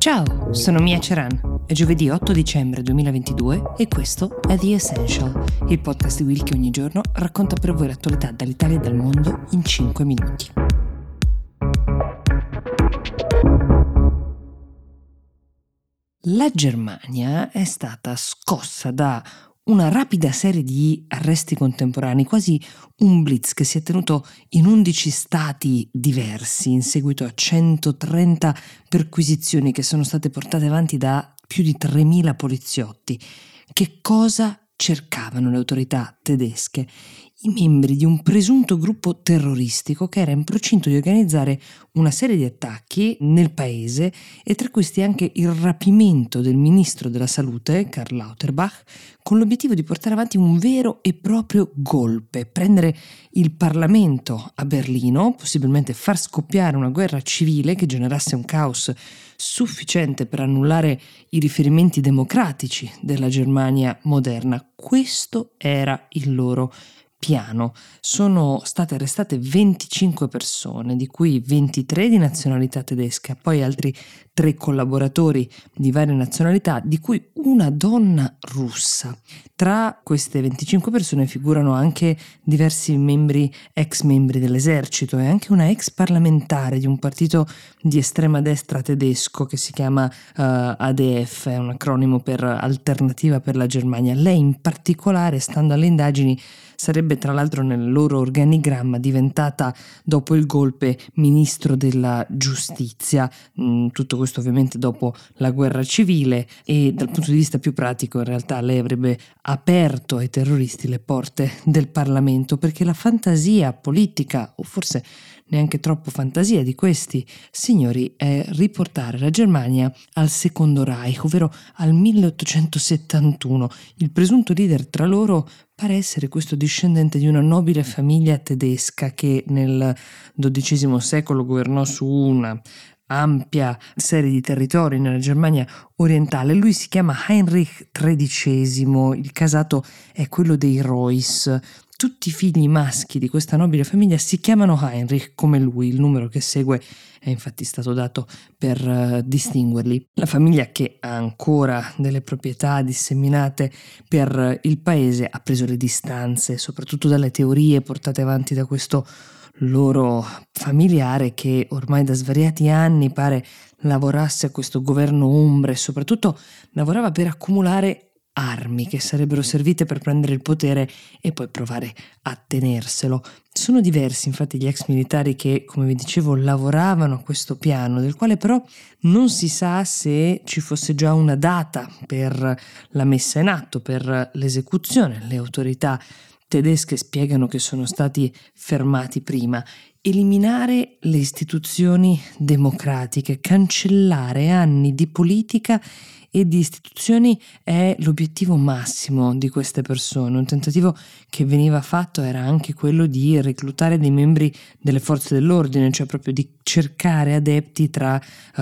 Ciao, sono Mia Ceran. È giovedì 8 dicembre 2022 e questo è The Essential, il podcast di Will che ogni giorno racconta per voi l'attualità dall'Italia e dal mondo in 5 minuti. La Germania è stata scossa da una rapida serie di arresti contemporanei, quasi un blitz che si è tenuto in 11 stati diversi in seguito a 130 perquisizioni che sono state portate avanti da più di 3.000 poliziotti. Che cosa cercavano le autorità tedesche? I membri di un presunto gruppo terroristico che era in procinto di organizzare una serie di attacchi nel paese e tra questi anche il rapimento del ministro della salute, Karl Lauterbach, con l'obiettivo di portare avanti un vero e proprio golpe, prendere il Parlamento a Berlino, possibilmente far scoppiare una guerra civile che generasse un caos sufficiente per annullare i riferimenti democratici della Germania moderna. Questo era il loro piano. Sono state arrestate 25 persone, di cui 23 di nazionalità tedesca, poi altri 3 collaboratori di varie nazionalità, di cui una donna russa. Tra queste 25 persone figurano anche diversi ex membri dell'esercito e anche una ex parlamentare di un partito di estrema destra tedesco che si chiama ADF, è un acronimo per Alternativa per la Germania. Lei in particolare, stando alle indagini, sarebbe tra l'altro nel loro organigramma diventata dopo il golpe ministro della giustizia, tutto questo ovviamente dopo la guerra civile, e dal punto di vista più pratico in realtà lei avrebbe aperto ai terroristi le porte del Parlamento, perché la fantasia politica, o forse neanche troppo fantasia, di questi signori è riportare la Germania al Secondo Reich, ovvero al 1871. Il presunto leader tra loro pare essere questo discendente di una nobile famiglia tedesca che nel XII secolo governò su una ampia serie di territori nella Germania orientale. Lui si chiama Heinrich XIII, il casato è quello dei Reuss. Tutti i figli maschi di questa nobile famiglia si chiamano Heinrich come lui, il numero che segue è infatti stato dato per distinguerli. La famiglia, che ha ancora delle proprietà disseminate per il paese, ha preso le distanze soprattutto dalle teorie portate avanti da questo loro familiare che ormai da svariati anni pare lavorasse a questo governo ombra e soprattutto lavorava per accumulare armi che sarebbero servite per prendere il potere e poi provare a tenerselo. Sono diversi infatti gli ex militari che, come vi dicevo, lavoravano a questo piano, del quale però non si sa se ci fosse già una data per la messa in atto, per l'esecuzione. Le autorità tedesche spiegano che sono stati fermati prima. Eliminare le istituzioni democratiche, cancellare anni di politica e di istituzioni è l'obiettivo massimo di queste persone. Un tentativo che veniva fatto era anche quello di reclutare dei membri delle forze dell'ordine, cioè proprio di cercare adepti tra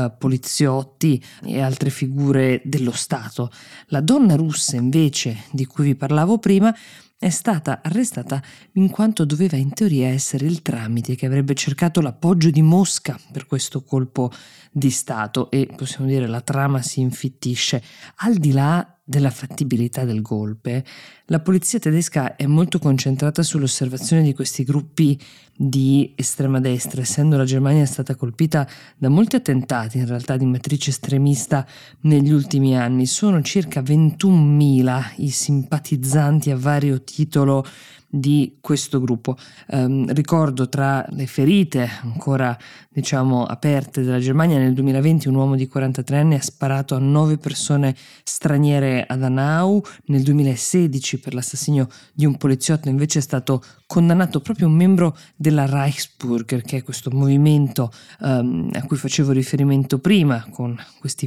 poliziotti e altre figure dello Stato. La donna russa invece, di cui vi parlavo prima, è stata arrestata in quanto doveva in teoria essere il tramite che avrebbe cercato l'appoggio di Mosca per questo colpo di Stato e possiamo dire la trama si infittisce. Al di là della fattibilità del golpe, la polizia tedesca è molto concentrata sull'osservazione di questi gruppi di estrema destra, essendo la Germania stata colpita da molti attentati in realtà di matrice estremista negli ultimi anni. Sono circa 21.000 i simpatizzanti a vario titolo di questo gruppo. Ricordo tra le ferite ancora aperte della Germania, nel 2020 un uomo di 43 anni ha sparato a 9 persone straniere ad Hanau. Nel 2016 per l'assassinio di un poliziotto invece è stato condannato proprio un membro della Reichsbürger, che è questo movimento a cui facevo riferimento prima, con questi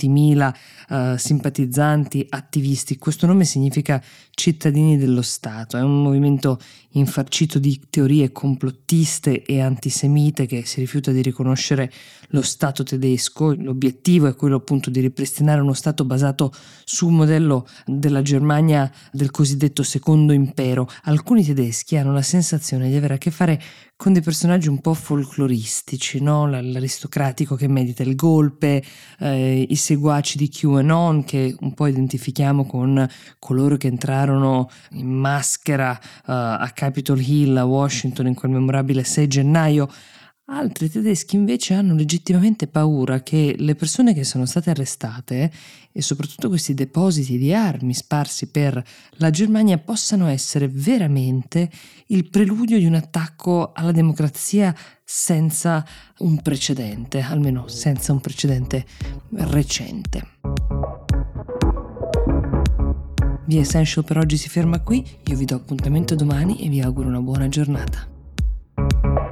20.000 simpatizzanti attivisti. Questo nome significa cittadini dello Stato, è un movimento infarcito di teorie complottiste e antisemite che si rifiuta di riconoscere lo Stato tedesco. L'obiettivo è quello appunto di ripristinare uno Stato basato su un modello della Germania del cosiddetto Secondo Impero. Alcuni tedeschi hanno la sensazione di avere a che fare con dei personaggi un po' folcloristici, no? L'aristocratico che medita il golpe, i seguaci di QAnon che un po' identifichiamo con coloro che entrarono in maschera a Capitol Hill a Washington in quel memorabile 6 gennaio. Altri tedeschi invece hanno legittimamente paura che le persone che sono state arrestate e soprattutto questi depositi di armi sparsi per la Germania possano essere veramente il preludio di un attacco alla democrazia senza un precedente, almeno senza un precedente recente. The Essential per oggi si ferma qui, io vi do appuntamento domani e vi auguro una buona giornata.